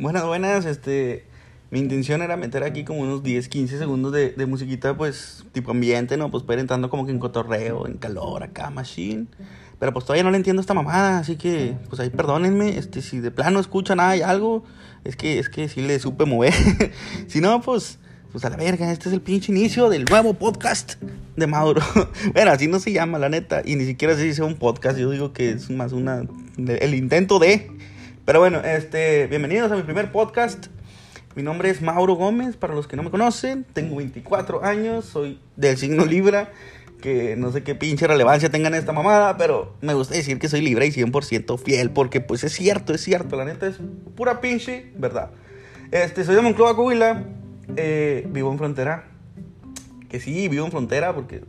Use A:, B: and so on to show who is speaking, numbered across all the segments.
A: Buenas. Mi intención era meter aquí como unos 10, 15 segundos de musiquita, pues, tipo ambiente, ¿no? Pues para ir entrando como que en cotorreo, en calor, acá, machine. Pero pues todavía no le entiendo esta mamada, así que, pues ahí perdónenme, si de plano escuchan algo, es que sí le supe mover. Si no, pues a la verga, este es el pinche inicio del nuevo podcast de Mauro. Bueno, así no se llama, la neta, y ni siquiera se dice un podcast, yo digo que es más el intento de... Pero bueno, bienvenidos a mi primer podcast. Mi nombre es Mauro Gómez, para los que no me conocen. Tengo 24 años, soy del signo Libra. Que no sé qué pinche relevancia tengan esta mamada, pero me gusta decir que soy Libra y 100% fiel. Porque pues es cierto, la neta es pura pinche verdad. Soy de Monclova, Coahuila. Vivo en frontera. Que sí, vivo en frontera porque...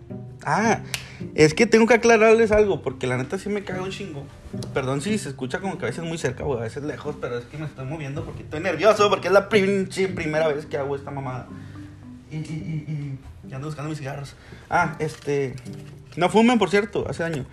A: es que tengo que aclararles algo, porque la neta sí me cago un chingo. Perdón si se escucha como que a veces muy cerca o a veces lejos, pero es que me estoy moviendo porque estoy nervioso, porque es la primera vez que hago esta mamada. Y ando buscando mis cigarros. No fumen, por cierto, hace daño.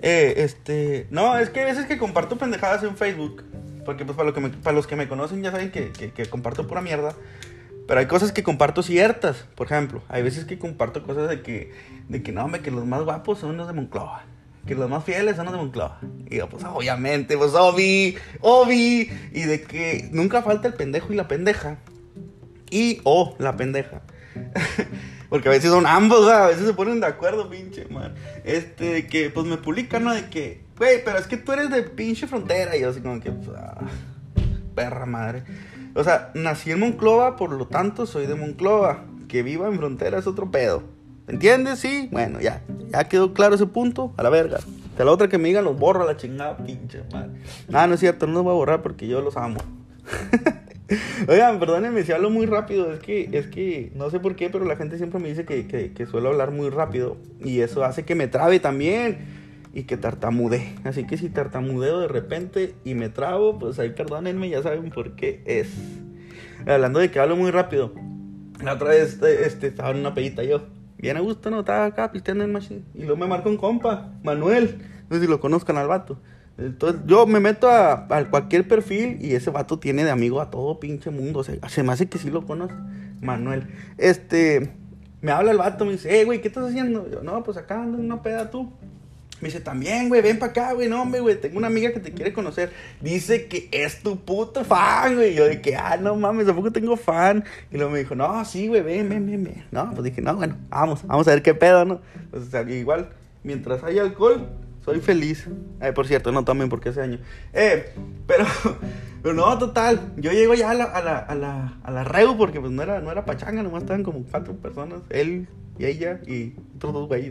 A: No, es que a veces que comparto pendejadas en Facebook, porque pues para los que me conocen ya saben que comparto pura mierda. Pero hay cosas que comparto ciertas. Por ejemplo, hay veces que comparto cosas de que no, hombre, que los más guapos son los de Monclova, que los más fieles son los de Monclova. Y yo, pues obviamente, pues obvi. Y de que nunca falta el pendejo y la pendeja. La pendeja. Porque a veces son ambos, a veces se ponen de acuerdo, pinche man. Que pues me publican, ¿no? De que, güey, pero es que tú eres de pinche frontera. Y yo así como que, perra madre. O sea, nací en Monclova, por lo tanto soy de Monclova. Que viva en frontera es otro pedo. ¿Entiendes? Sí. Bueno, ya quedó claro ese punto. A la verga. De la otra que me digan, los borro a la chingada, pinche madre. No es cierto, no los voy a borrar porque yo los amo. Oigan, perdónenme si hablo muy rápido. Es que no sé por qué, pero la gente siempre me dice que suelo hablar muy rápido. Y eso hace que me trabe también. Y que tartamude. Así que si tartamudeo de repente y me trabo, pues ahí perdónenme, ya saben por qué es. Hablando de que hablo muy rápido, la otra vez estaba en una pedita yo, bien a gusto, ¿no? Estaba acá pisteando en machine. Y luego me marca un compa, Manuel. No sé si lo conozcan al vato. Entonces yo me meto a cualquier perfil y ese vato tiene de amigo a todo pinche mundo. O sea, se me hace que sí lo conoce, Manuel. Me habla el vato, me dice, güey, ¿qué estás haciendo? Yo, no, pues acá ando en una peda tú. Me dice, también, güey, ven para acá, güey, no, hombre, güey, tengo una amiga que te quiere conocer. Dice que es tu puto fan, güey. Yo de que, no mames, tampoco tengo fan. Y luego me dijo, no, sí, güey, ven. No, pues dije, no, bueno, vamos a ver qué pedo, ¿no? Pues, o sea, igual, mientras haya alcohol, soy feliz. Por cierto, no tomen porque hace año. Pero no, total, yo llego ya a la reu porque pues no era pachanga, nomás estaban como 4 personas, él y ella y otros 2 güeyes.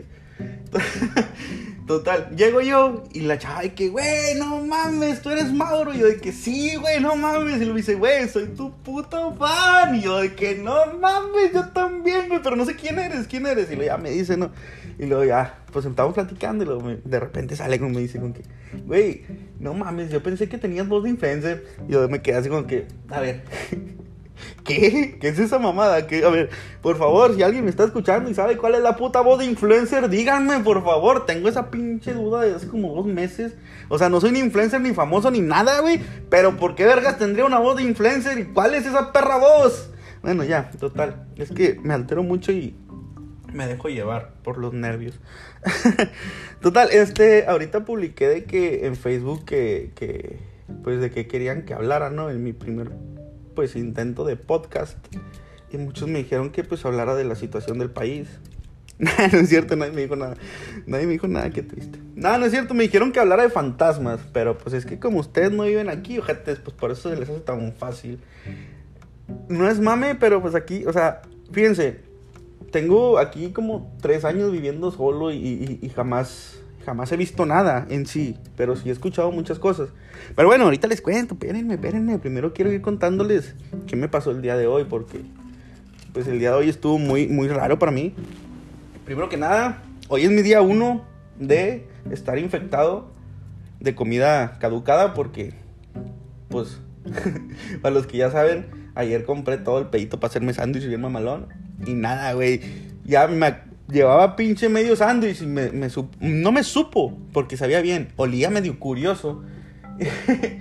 A: Total, llego yo y la chava de que, güey, no mames, tú eres Mauro. Y yo de que, sí, güey, no mames. Y lo dice, güey, soy tu puto fan. Y yo de que, no mames, yo también, güey, pero no sé quién eres. Y luego ya me dice, ¿no? Y luego ya, pues estamos platicando y luego de repente sale como me dice con que, güey, no mames, yo pensé que tenías voz de influencer. Y yo me quedé así como que, a ver... ¿Qué es esa mamada? A ver, por favor, si alguien me está escuchando y sabe cuál es la puta voz de influencer, díganme, por favor. Tengo esa pinche duda desde hace como 2 meses. O sea, no soy ni influencer, ni famoso, ni nada, güey. Pero ¿por qué vergas tendría una voz de influencer? ¿Y cuál es esa perra voz? Bueno, ya, total. Es que me altero mucho y me dejo llevar por los nervios. Total, ahorita publiqué de que en Facebook pues de que querían que hablara, ¿no? En mi primer pues intento de podcast. Y muchos me dijeron que pues hablara de la situación del país. No es cierto, nadie me dijo nada, qué triste. No es cierto, me dijeron que hablara de fantasmas. Pero pues es que como ustedes no viven aquí, ojetes, pues por eso se les hace tan fácil. No es mame, pero pues aquí, o sea, fíjense, tengo aquí como 3 años viviendo solo y jamás he visto nada en sí, pero sí he escuchado muchas cosas. Pero bueno, ahorita les cuento, espérenme. Primero quiero ir contándoles qué me pasó el día de hoy, porque pues el día de hoy estuvo muy, muy raro para mí. Primero que nada, hoy es mi día 1 de estar infectado de comida caducada, porque pues, para los que ya saben, ayer compré todo el pedito para hacerme sándwich bien mamalón. Y nada, güey, ya llevaba pinche medio sándwich y no me supo, porque sabía bien, olía medio curioso.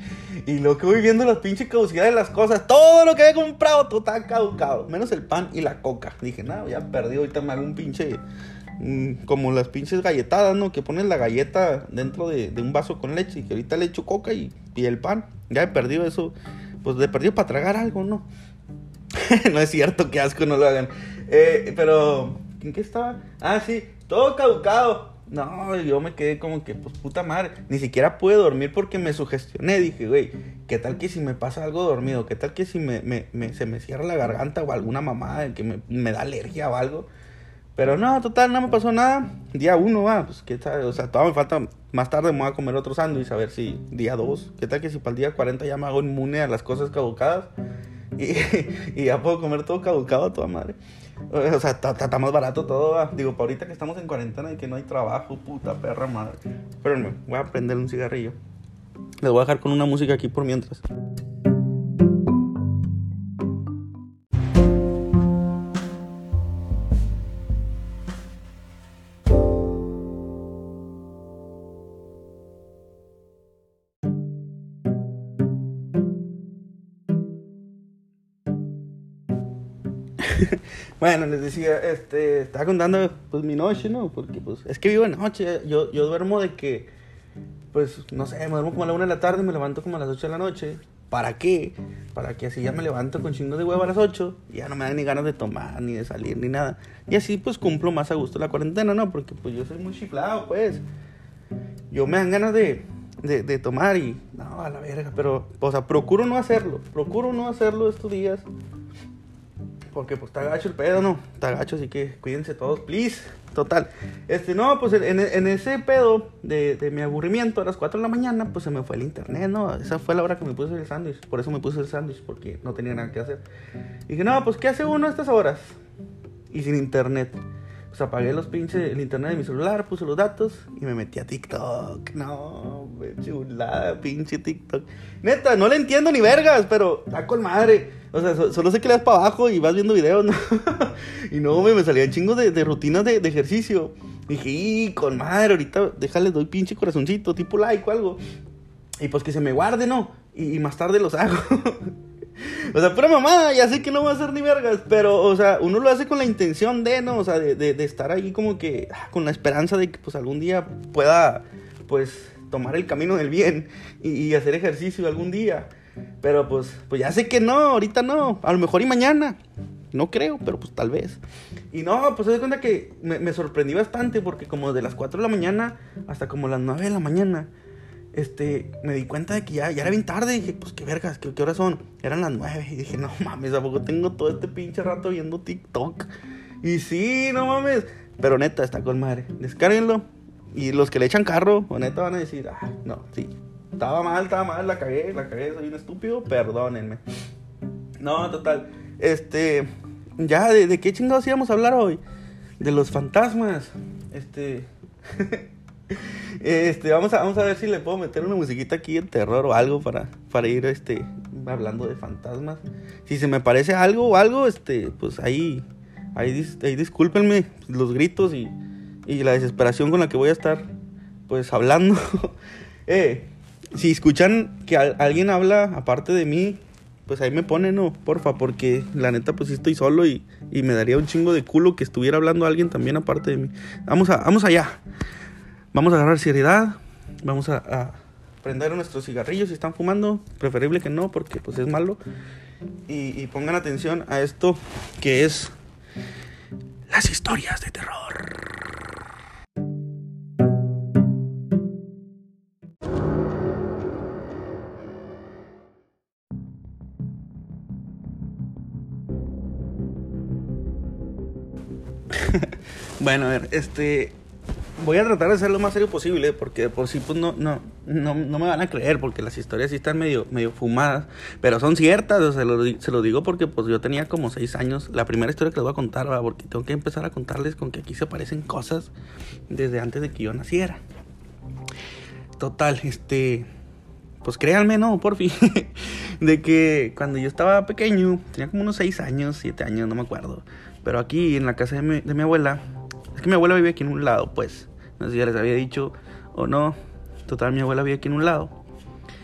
A: Y luego que voy viendo las pinches caducidades de las cosas. Todo lo que había comprado, todo estaba caducado. Menos el pan y la coca. Dije, no, ya perdí. Ahorita me hago un pinche... como las pinches galletadas, ¿no? Que pones la galleta dentro de un vaso con leche. Y que ahorita le echo coca y el pan. Ya he perdido eso. Pues he perdido para tragar algo, ¿no? No es cierto, qué asco, no lo hagan. Pero... ¿en qué estaba? Ah, sí, todo caducado. No, yo me quedé como que, pues puta madre. Ni siquiera pude dormir porque me sugestioné. Dije, güey, ¿qué tal que si me pasa algo dormido? ¿Qué tal que si se me cierra la garganta o alguna mamada que me da alergia o algo? Pero no, total, no me pasó nada. Día 1, pues qué tal, o sea, todavía me falta. Más tarde me voy a comer otro sándwich, a ver si día 2. ¿Qué tal que si para el día 40 ya me hago inmune a las cosas caducadas? Y ya puedo comer todo caducado a toda madre. O sea, está más barato todo. Digo, para ahorita que estamos en cuarentena y que no hay trabajo, puta perra madre. Espérenme, voy a prender un cigarrillo. Les voy a dejar con una música aquí por mientras. Bueno, les decía, estaba contando pues mi noche, ¿no? Porque pues es que vivo de noche. Yo duermo de que, pues, no sé, me duermo como a la 1 de la tarde y me levanto como a las 8 de la noche. ¿Para qué? Para que así ya me levanto con chingos de huevo a las 8 y ya no me dan ni ganas de tomar, ni de salir, ni nada. Y así pues cumplo más a gusto la cuarentena, ¿no? Porque pues yo soy muy chiflado, pues. Yo me dan ganas de tomar y, no, a la verga, pero, o sea, procuro no hacerlo estos días. Porque pues está gacho el pedo, ¿no? Está gacho, así que cuídense todos, please. Total. No, pues en ese pedo de mi aburrimiento a las 4 de la mañana, pues se me fue el internet, ¿no? Esa fue la hora que me puse el sándwich. Por eso me puse el sándwich, porque no tenía nada que hacer. Y dije, no, pues ¿qué hace uno a estas horas? Y sin internet. Pues apagué el internet de mi celular, puse los datos y me metí a TikTok. No, chulada, pinche TikTok. Neta, no le entiendo ni vergas, pero está con madre. O sea, solo sé que le das para abajo y vas viendo videos, ¿no? Y no, me salían chingos de rutinas de ejercicio. Dije, y con madre, ahorita déjale, doy pinche corazoncito, tipo like o algo. Y pues que se me guarde, ¿no? Y más tarde los hago. O sea, pura mamada, ya sé que no va a hacer ni vergas, pero, o sea, uno lo hace con la intención de, ¿no? O sea, de estar ahí como que con la esperanza de que, pues, algún día pueda, pues, tomar el camino del bien y hacer ejercicio algún día. Pero, pues ya sé que no, ahorita no, a lo mejor y mañana. No creo, pero pues tal vez. Y no, pues se da cuenta que me sorprendí bastante porque como de las 4 de la mañana hasta como las 9 de la mañana... me di cuenta de que ya era bien tarde. Dije, pues qué vergas, ¿qué horas son? Eran las 9. Y dije, no mames, ¿a poco tengo todo este pinche rato viendo TikTok? Y sí, no mames. Pero neta, está con madre. Descárguenlo. Y los que le echan carro, o neta van a decir, no, sí. Estaba mal, la cagué, soy un estúpido, perdónenme. No, total. Ya, ¿de qué chingados íbamos a hablar hoy? De los fantasmas. Vamos a ver si le puedo meter una musiquita aquí de terror o algo para ir hablando de fantasmas. Si se me parece algo o algo, pues ahí discúlpenme los gritos y la desesperación con la que voy a estar pues hablando. Si escuchan que alguien habla aparte de mí, pues ahí me ponen, ¿no? Porfa, porque la neta pues sí estoy solo y me daría un chingo de culo que estuviera hablando alguien también aparte de mí. Vamos allá. Vamos a agarrar seriedad. Vamos a prender nuestros cigarrillos si están fumando. Preferible que no, porque pues es malo. Y pongan atención a esto que es las historias de terror. Bueno, a ver, voy a tratar de ser lo más serio posible, porque por sí pues no me van a creer, porque las historias sí están medio fumadas, pero son ciertas. O sea, se lo digo porque pues yo tenía como 6 años. La primera historia que les voy a contar, porque tengo que empezar a contarles con que aquí se aparecen cosas desde antes de que yo naciera. Total, pues créanme, no, por fin, de que cuando yo estaba pequeño, tenía como unos 6 años, 7 años, no me acuerdo, pero aquí en la casa de mi abuela. Es que mi abuela vivía aquí en un lado, pues. No sé si ya les había dicho o no. Total, mi abuela vivía aquí en un lado.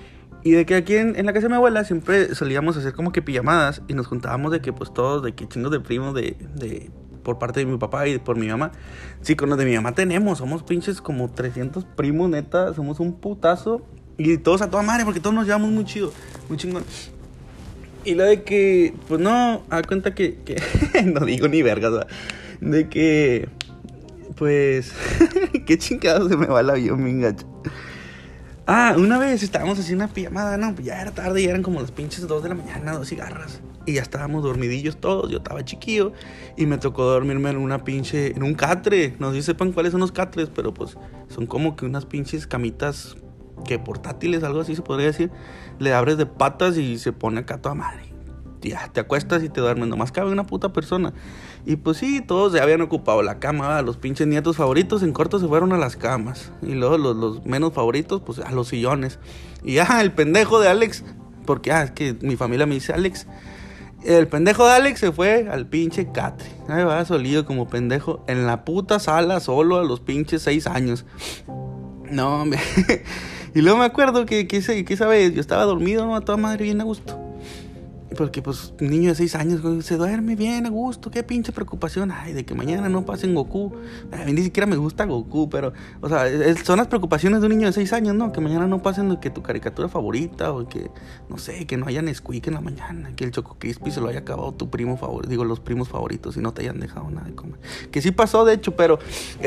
A: Y de que aquí en la casa de mi abuela siempre solíamos hacer como que pijamadas. Y nos juntábamos de que pues todos, de que chingos de primos por parte de mi papá y por mi mamá. Sí, con los de mi mamá somos pinches como 300 primos, neta. Somos un putazo. Y todos a toda madre porque todos nos llevamos muy chido, muy chingón. Y lo de que, pues no, a cuenta que no digo ni vergas, ¿verdad? De que, pues, qué chingado se me va el avión, mi gacho. Una vez estábamos haciendo una pijamada, no, pues ya era tarde, ya eran como las pinches 2 de la mañana, 2 cigarras. Y ya estábamos dormidillos todos, yo estaba chiquillo. Y me tocó dormirme en en un catre. No sé si sepan cuáles son los catres, pero pues son como que unas pinches camitas que portátiles, algo así se podría decir. Le abres de patas y se pone acá toda madre. Ya, te acuestas y te duermes, nomás cabe una puta persona. Y pues sí, todos ya habían ocupado la cama, ¿verdad? Los pinches nietos favoritos en corto se fueron a las camas. Y luego los menos favoritos, pues a los sillones. Y el pendejo de Alex, porque es que mi familia me dice Alex. El pendejo de Alex se fue al pinche catre. Ahí va solido como pendejo en la puta sala solo a los pinches 6 años. No, hombre. Y luego me acuerdo que esa vez yo estaba dormido, ¿no? A toda madre bien a gusto. Porque pues un niño de 6 años se duerme bien a gusto, qué pinche preocupación. Ay, de que mañana no pasen Goku. A mí ni siquiera me gusta Goku, pero, o sea, son las preocupaciones de un niño de 6 años, ¿no? Que mañana no pasen que tu caricatura favorita, o que, no sé, que no haya Nesquik en la mañana, que el Choco Crispy se lo haya acabado tu primo favorito, digo, los primos favoritos, y no te hayan dejado nada de comer. Que sí pasó, de hecho, pero,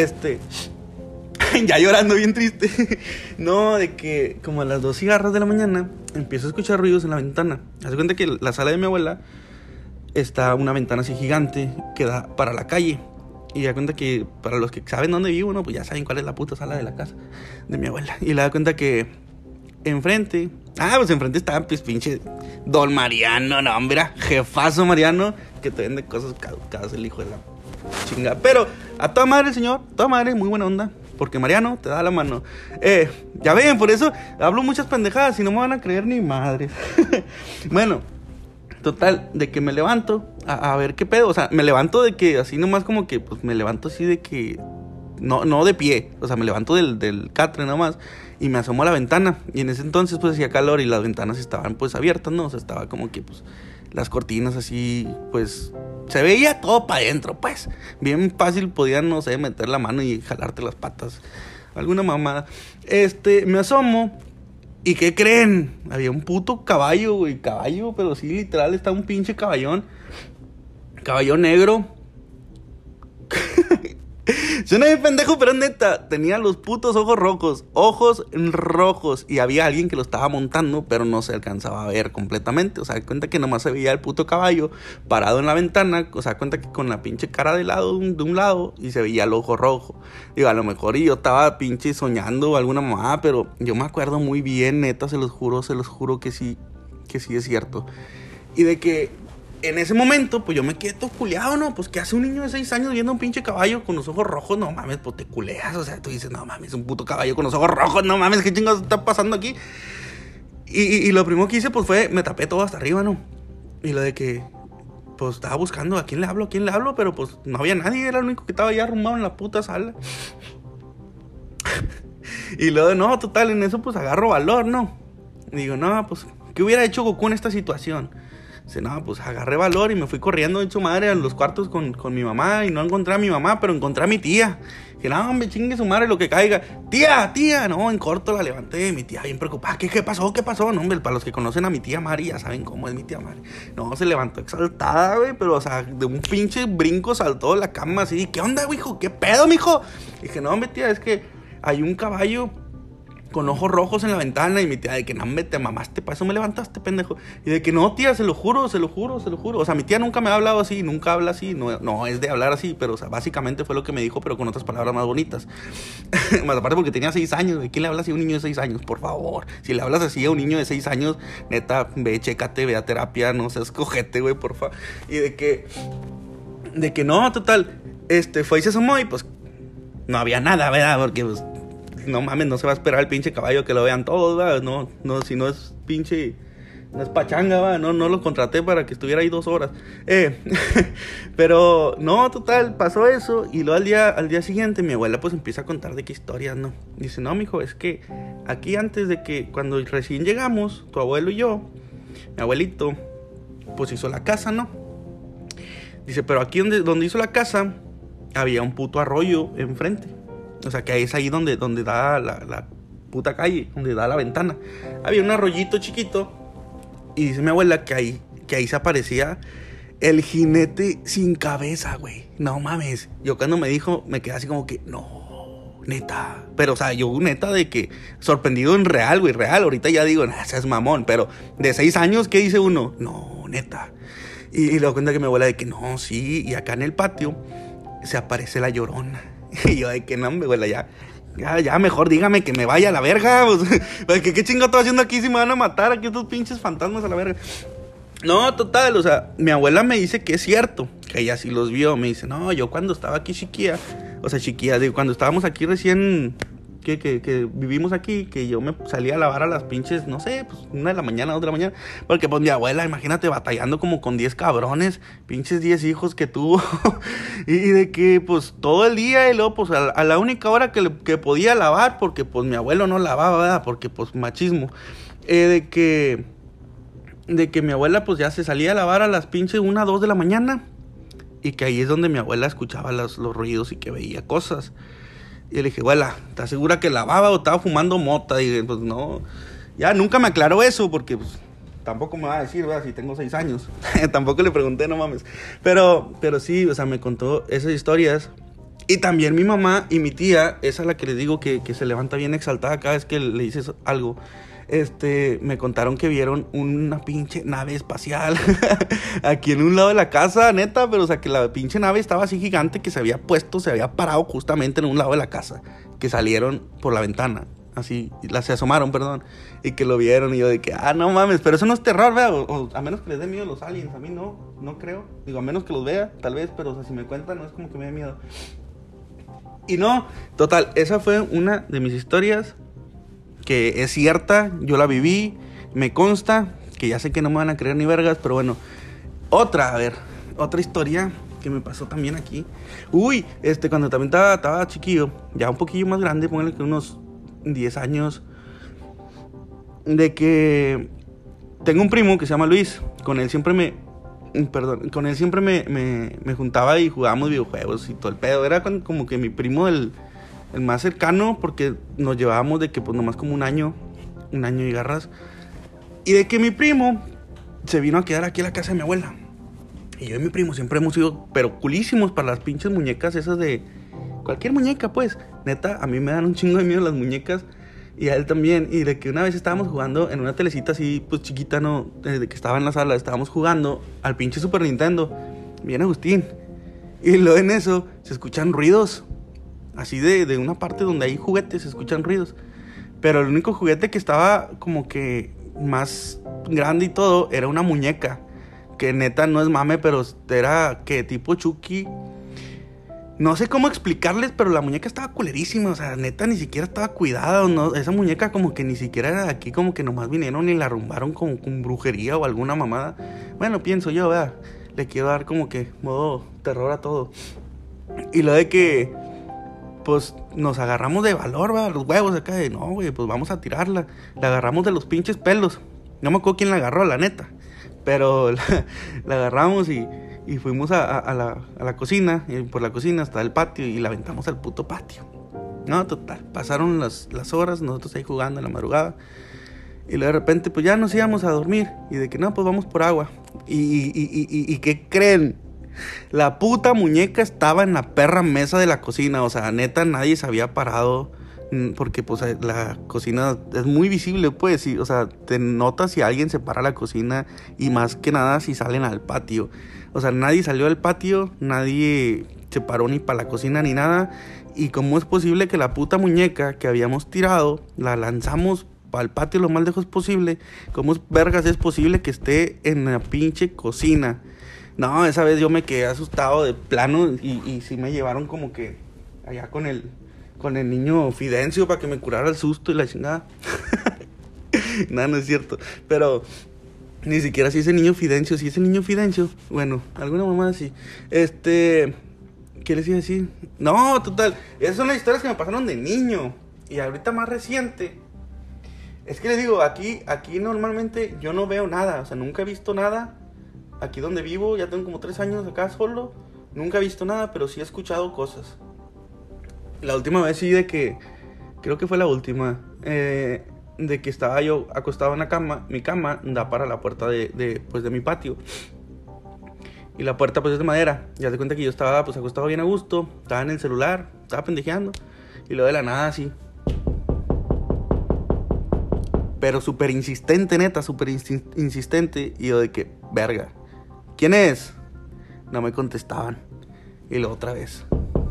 A: ya llorando bien triste. No, de que como a las 2 cigarras de la mañana empiezo a escuchar ruidos en la ventana. Haz de cuenta que la sala de mi abuela está una ventana así gigante que da para la calle. Y da cuenta que para los que saben dónde vivo, ¿no? Pues ya saben cuál es la puta sala de la casa de mi abuela. Y le da cuenta que enfrente estaba pues pinche Don Mariano, no, hombre, jefazo Mariano, que te vende cosas caducadas, el hijo de la chinga. Pero a toda madre, señor, toda madre, muy buena onda. Porque Mariano te da la mano. Ya ven, por eso hablo muchas pendejadas y no me van a creer ni madres. Bueno, total, de que me levanto a ver qué pedo. O sea, me levanto de que así nomás como que, pues me levanto así de que... No de pie, o sea, me levanto del catre nomás y me asomo a la ventana. Y en ese entonces pues hacía calor y las ventanas estaban pues abiertas, ¿no? O sea, estaba como que pues las cortinas así, pues... Se veía todo para adentro, pues. Bien fácil podían, no sé, meter la mano y jalarte las patas. Alguna mamada. Me asomo. ¿Y qué creen? Había un puto caballo, güey. Caballo, pero sí, literal, está un pinche caballón. Caballón negro. Suena bien pendejo, pero neta, tenía los putos ojos rojos, y había alguien que lo estaba montando, pero no se alcanzaba a ver completamente. O sea, cuenta que nomás se veía el puto caballo parado en la ventana. O sea, cuenta que con la pinche cara de un lado, y se veía el ojo rojo. Digo, a lo mejor y yo estaba pinche soñando alguna mamá, pero yo me acuerdo muy bien, neta, se los juro que sí es cierto. Y de que en ese momento, pues yo me quedé todo culeado, ¿no? Pues que hace un niño de 6 años viendo un pinche caballo con los ojos rojos, no mames, pues te culeas. O sea, tú dices, no mames, un puto caballo con los ojos rojos, no mames, ¿qué chingados está pasando aquí? Y lo primero que hice, pues fue, me tapé todo hasta arriba, ¿no? Y lo de que, pues estaba buscando a quién le hablo, pero pues no había nadie, era el único que estaba ya arrumbado en la puta sala. Y luego, no, total, en eso pues agarro valor, ¿no? Y digo, no, pues, ¿qué hubiera hecho Goku en esta situación? Dice, no, pues agarré valor y me fui corriendo hecho madre a los cuartos con mi mamá. Y no encontré a mi mamá, pero encontré a mi tía. Dije, no, hombre, chingue su madre lo que caiga. Tía, no, en corto la levanté. Mi tía bien preocupada, ¿qué pasó? No, hombre, para los que conocen a mi tía Mari, ya saben cómo es mi tía Mari. No, se levantó exaltada, güey, pero o sea, de un pinche brinco saltó de la cama así. ¿Qué onda, hijo? ¿Qué pedo, mijo? Dije, no, hombre, tía, es que hay un caballo con ojos rojos en la ventana. Y mi tía de que no me te mamaste, para eso me levantaste, pendejo. Y de que no, tía, se lo juro. O sea, mi tía nunca me ha hablado así, nunca habla así. No es de hablar así, pero o sea, básicamente fue lo que me dijo, pero con otras palabras más bonitas. Más aparte porque tenía 6 años. ¿De quién le habla así a un niño de 6 años? Por favor. Si le hablas así a un niño de 6 años, neta, chécate, ve a terapia, no seas cojete, güey, por favor. Y de que no, total, fue y se asomó y pues no había nada, ¿verdad? Porque pues no mames, no se va a esperar el pinche caballo que lo vean todos, ¿verdad? No, si no es pinche No es pachanga, va. No lo contraté para que estuviera ahí 2 horas. Pero, no, total, pasó eso. Y luego al día siguiente mi abuela pues empieza a contar de qué historias, ¿no? Dice, no, mijo, es que aquí antes de que, cuando recién llegamos, tu abuelo y yo, mi abuelito, pues hizo la casa, ¿no? Dice, pero aquí donde hizo la casa, había un puto arroyo enfrente. O sea, que es ahí donde da la puta calle, donde da la ventana. Había un arroyito chiquito. Y dice mi abuela que ahí se aparecía el jinete sin cabeza, güey. No mames. Yo cuando me dijo, me quedé así como que, no, neta. Pero, o sea, yo neta de que sorprendido en real, güey, real. Ahorita ya digo, seas mamón. Pero de 6 años, ¿qué dice uno? No, neta. Y luego cuenta que mi abuela de que no, sí. Y acá en el patio se aparece la Llorona. Y yo de que no, mi abuela, ya, mejor dígame que me vaya a la verga. Pues, ¿qué chingo estoy haciendo aquí si me van a matar aquí estos pinches fantasmas a la verga? No, total, o sea, mi abuela me dice que es cierto, que ella sí los vio. Me dice, no, yo cuando estaba aquí chiquilla, digo, cuando estábamos aquí recién, que vivimos aquí, que yo me salía a lavar a las pinches, no sé, pues 1 de la mañana, 2 de la mañana, porque pues mi abuela, imagínate, batallando como con 10 cabrones, pinches 10 hijos que tuvo, y de que pues todo el día, y luego pues a la única hora que podía lavar, porque pues mi abuelo no lavaba, ¿verdad? Porque pues machismo, de que mi abuela pues ya se salía a lavar a las pinches 1, 2 de la mañana, y que ahí es donde mi abuela escuchaba los ruidos y que veía cosas. Y le dije, abuela, ¿estás segura que lavaba o estaba fumando mota? Y pues no, ya nunca me aclaró eso, porque pues tampoco me va a decir, ¿verdad? Si tengo 6 años. Tampoco le pregunté, no mames. Pero sí, o sea, me contó esas historias. Y también mi mamá y mi tía, esa es la que les digo que se levanta bien exaltada cada vez que le dices algo. Me contaron que vieron una pinche nave espacial aquí en un lado de la casa, neta, pero o sea, que la pinche nave estaba así gigante que se había parado justamente en un lado de la casa, que salieron por la ventana, así, se asomaron, perdón, y que lo vieron, y yo de que, no mames, pero eso no es terror, ¿verdad? O a menos que les dé miedo los aliens, a mí no creo, digo, a menos que los vea, tal vez, pero o sea, si me cuentan, no es como que me dé miedo. Y no, total, esa fue una de mis historias que es cierta, yo la viví, me consta, que ya sé que no me van a creer ni vergas, pero bueno. Otra historia que me pasó también aquí. Cuando también estaba chiquillo, ya un poquillo más grande, póngale que unos 10 años, de que tengo un primo que se llama Luis, con él siempre me juntaba y jugábamos videojuegos y todo el pedo. Era como que mi primo el más cercano, porque nos llevábamos de que pues nomás como un año y garras. Y de que mi primo se vino a quedar aquí a la casa de mi abuela. Y yo y mi primo siempre hemos sido pero culísimos para las pinches muñecas esas de cualquier muñeca, pues. Neta, a mí me dan un chingo de miedo las muñecas, y a él también. Y de que una vez estábamos jugando en una telecita así pues chiquita, ¿no? De que estaba en la sala, estábamos jugando al pinche Super Nintendo. Bien Agustín. Y luego en eso se escuchan ruidos. Así de una parte donde hay juguetes se escuchan ruidos. Pero el único juguete que estaba como que más grande y todo era una muñeca. Que neta no es mame, pero era que tipo Chucky. No sé cómo explicarles, pero la muñeca estaba culerísima. O sea, neta ni siquiera estaba cuidada, ¿no? Esa muñeca como que ni siquiera era de aquí, como que nomás vinieron y la arrumbaron como con brujería o alguna mamada. Bueno, pienso yo, ¿verdad? Le quiero dar como que modo terror a todo. Y lo de que pues nos agarramos de valor, va, los huevos acá de, no, güey, pues vamos a tirarla. La agarramos de los pinches pelos. No me acuerdo quién la agarró, la neta. Pero la agarramos y fuimos a la cocina, y por la cocina hasta el patio, y la aventamos al puto patio. No, total, pasaron las horas, nosotros ahí jugando en la madrugada. Y luego de repente, pues ya nos íbamos a dormir. Y de que no, pues vamos por agua. ¿Y qué creen? La puta muñeca estaba en la perra mesa de la cocina. O sea, neta, nadie se había parado, porque pues la cocina es muy visible, pues. O sea, te notas si alguien se para a la cocina, y más que nada si salen al patio. O sea, nadie salió al patio, nadie se paró ni para la cocina ni nada. Y cómo es posible que la puta muñeca que habíamos tirado la lanzamos al patio lo más lejos posible. ¿Cómo vergas es posible que esté en la pinche cocina? No, esa vez yo me quedé asustado de plano, y sí me llevaron como que allá con el niño Fidencio para que me curara el susto y la chingada. No, no es cierto. Pero Ni siquiera si ese niño Fidencio, si ese niño Fidencio. Bueno, alguna mamá así. ¿Qué les iba a decir? No, total. Esas son las historias que me pasaron de niño. Y ahorita más reciente. Es que les digo, aquí normalmente yo no veo nada. O sea, nunca he visto nada. Aquí donde vivo, ya tengo como 3 años acá solo. Nunca he visto nada, pero sí he escuchado cosas. La última vez sí de que... Creo que fue la última. De que estaba yo acostado en la cama. Mi cama da para la puerta de mi patio. Y la puerta pues es de madera. Ya se cuenta que yo estaba pues acostado bien a gusto. Estaba en el celular, estaba pendejeando. Y luego de la nada así. Pero súper insistente, neta, súper insistente. Y yo de que, verga, ¿quién es? No me contestaban. Y luego otra vez.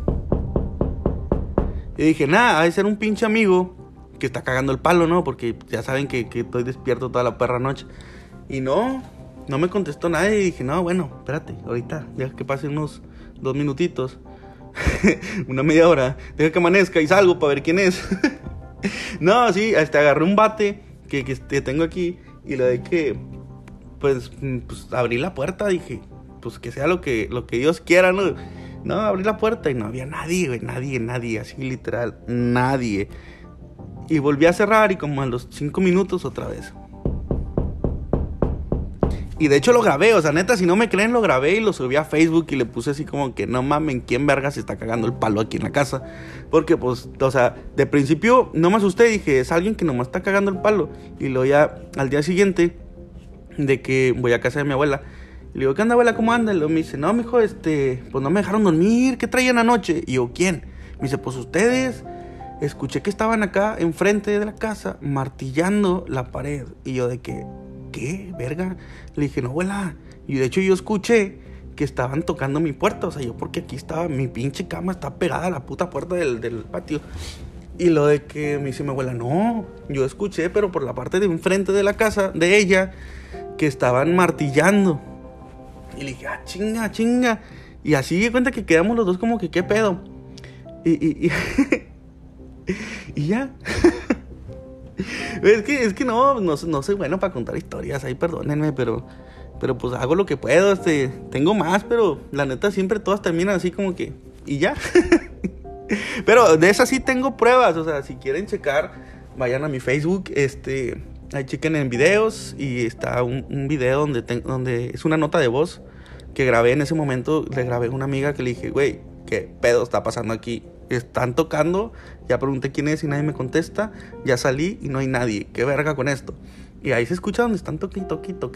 A: Y dije, nada, ha de ser un pinche amigo que está cagando el palo, ¿no? Porque ya saben que estoy despierto toda la perra noche. Y no me contestó nadie. Y dije, no, bueno, espérate, ahorita, deja que pasen unos 2 minutitos. Una media hora. Deja que amanezca y salgo para ver quién es. No, sí, agarré un bate que tengo aquí. Y lo de que, pues abrí la puerta. Dije, pues que sea lo que Dios quiera, ¿no? No, abrí la puerta y no había nadie, güey, nadie, así literal, nadie. Y volví a cerrar y como a los 5 minutos otra vez. Y de hecho lo grabé, o sea, neta, si no me creen, lo grabé y lo subí a Facebook y le puse así como que no mamen, ¿quién verga se está cagando el palo aquí en la casa? Porque pues, o sea, de principio no me asusté, dije, es alguien que nomás está cagando el palo. Y luego ya al día siguiente de que voy a casa de mi abuela, le digo, ¿qué onda, abuela? ¿Cómo anda? Y luego me dice, no, mijo, pues no me dejaron dormir. ¿Qué traían anoche? Y yo, ¿quién? Me dice, pues ustedes. Escuché que estaban acá enfrente de la casa martillando la pared. Y yo de que, ¿qué? ¿Verga? Le dije, no, abuela. Y de hecho yo escuché que estaban tocando mi puerta. O sea, yo porque aquí estaba, mi pinche cama está pegada a la puta puerta del patio. Y lo de que me dice mi abuela, no, yo escuché, pero por la parte de enfrente de la casa de ella, que estaban martillando. Y le dije, chinga. Y así de cuenta que quedamos los dos como que, ¿qué pedo? Y ya. es que no soy bueno para contar historias. Ahí perdónenme, pero pues hago lo que puedo. Tengo más, pero la neta siempre todas terminan así como que, y ya. Pero de esas sí tengo pruebas. O sea, si quieren checar, vayan a mi Facebook, ahí chequen en videos y está un video donde es una nota de voz que grabé en ese momento. Le grabé a una amiga que le dije, güey, ¿qué pedo está pasando aquí? Están tocando, ya pregunté quién es y nadie me contesta. Ya salí y no hay nadie, ¿qué verga con esto? Y ahí se escucha donde están toqui.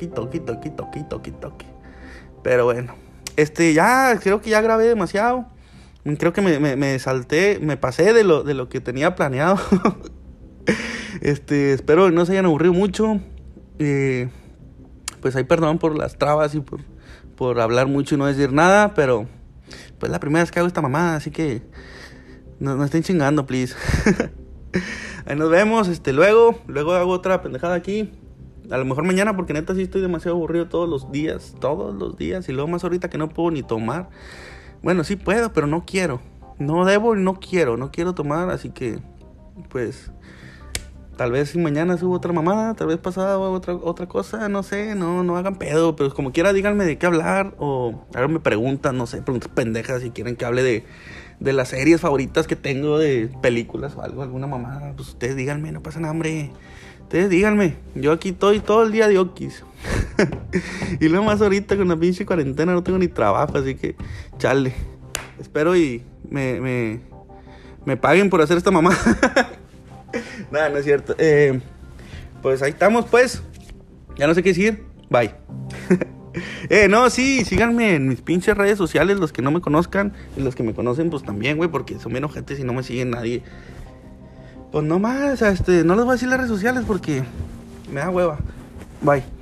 A: Pero bueno, ya creo que ya grabé demasiado. Creo que me salté, me pasé de lo que tenía planeado. Espero que no se hayan aburrido mucho. Pues ahí perdón por las trabas y por hablar mucho y no decir nada, pero pues la primera vez que hago esta mamada, así que no estén chingando, please. Ahí nos vemos, luego hago otra pendejada aquí. A lo mejor mañana, porque neta sí estoy demasiado aburrido todos los días. Y luego más ahorita que no puedo ni tomar. Bueno, sí puedo, pero no quiero. No debo y no quiero tomar, así que pues tal vez si mañana subo otra mamada, tal vez pasada hago otra cosa, no sé, no hagan pedo, pero como quiera díganme de qué hablar o háganme preguntas, no sé, preguntas pendejas si quieren que hable de las series favoritas que tengo, de películas o algo, alguna mamada, pues ustedes díganme, no pasa nada, hombre. Ustedes díganme, yo aquí estoy todo el día de okis. Y lo más ahorita con la pinche cuarentena no tengo ni trabajo, así que chale. Espero y me paguen por hacer esta mamá. Nada, no es cierto. Pues ahí estamos, pues. Ya no sé qué decir. Bye. No, sí, síganme en mis pinches redes sociales, los que no me conozcan. Y los que me conocen, pues también, güey, porque son bien ojetes y no me siguen nadie. Pues no más, no les voy a decir las redes sociales porque me da hueva. Bye.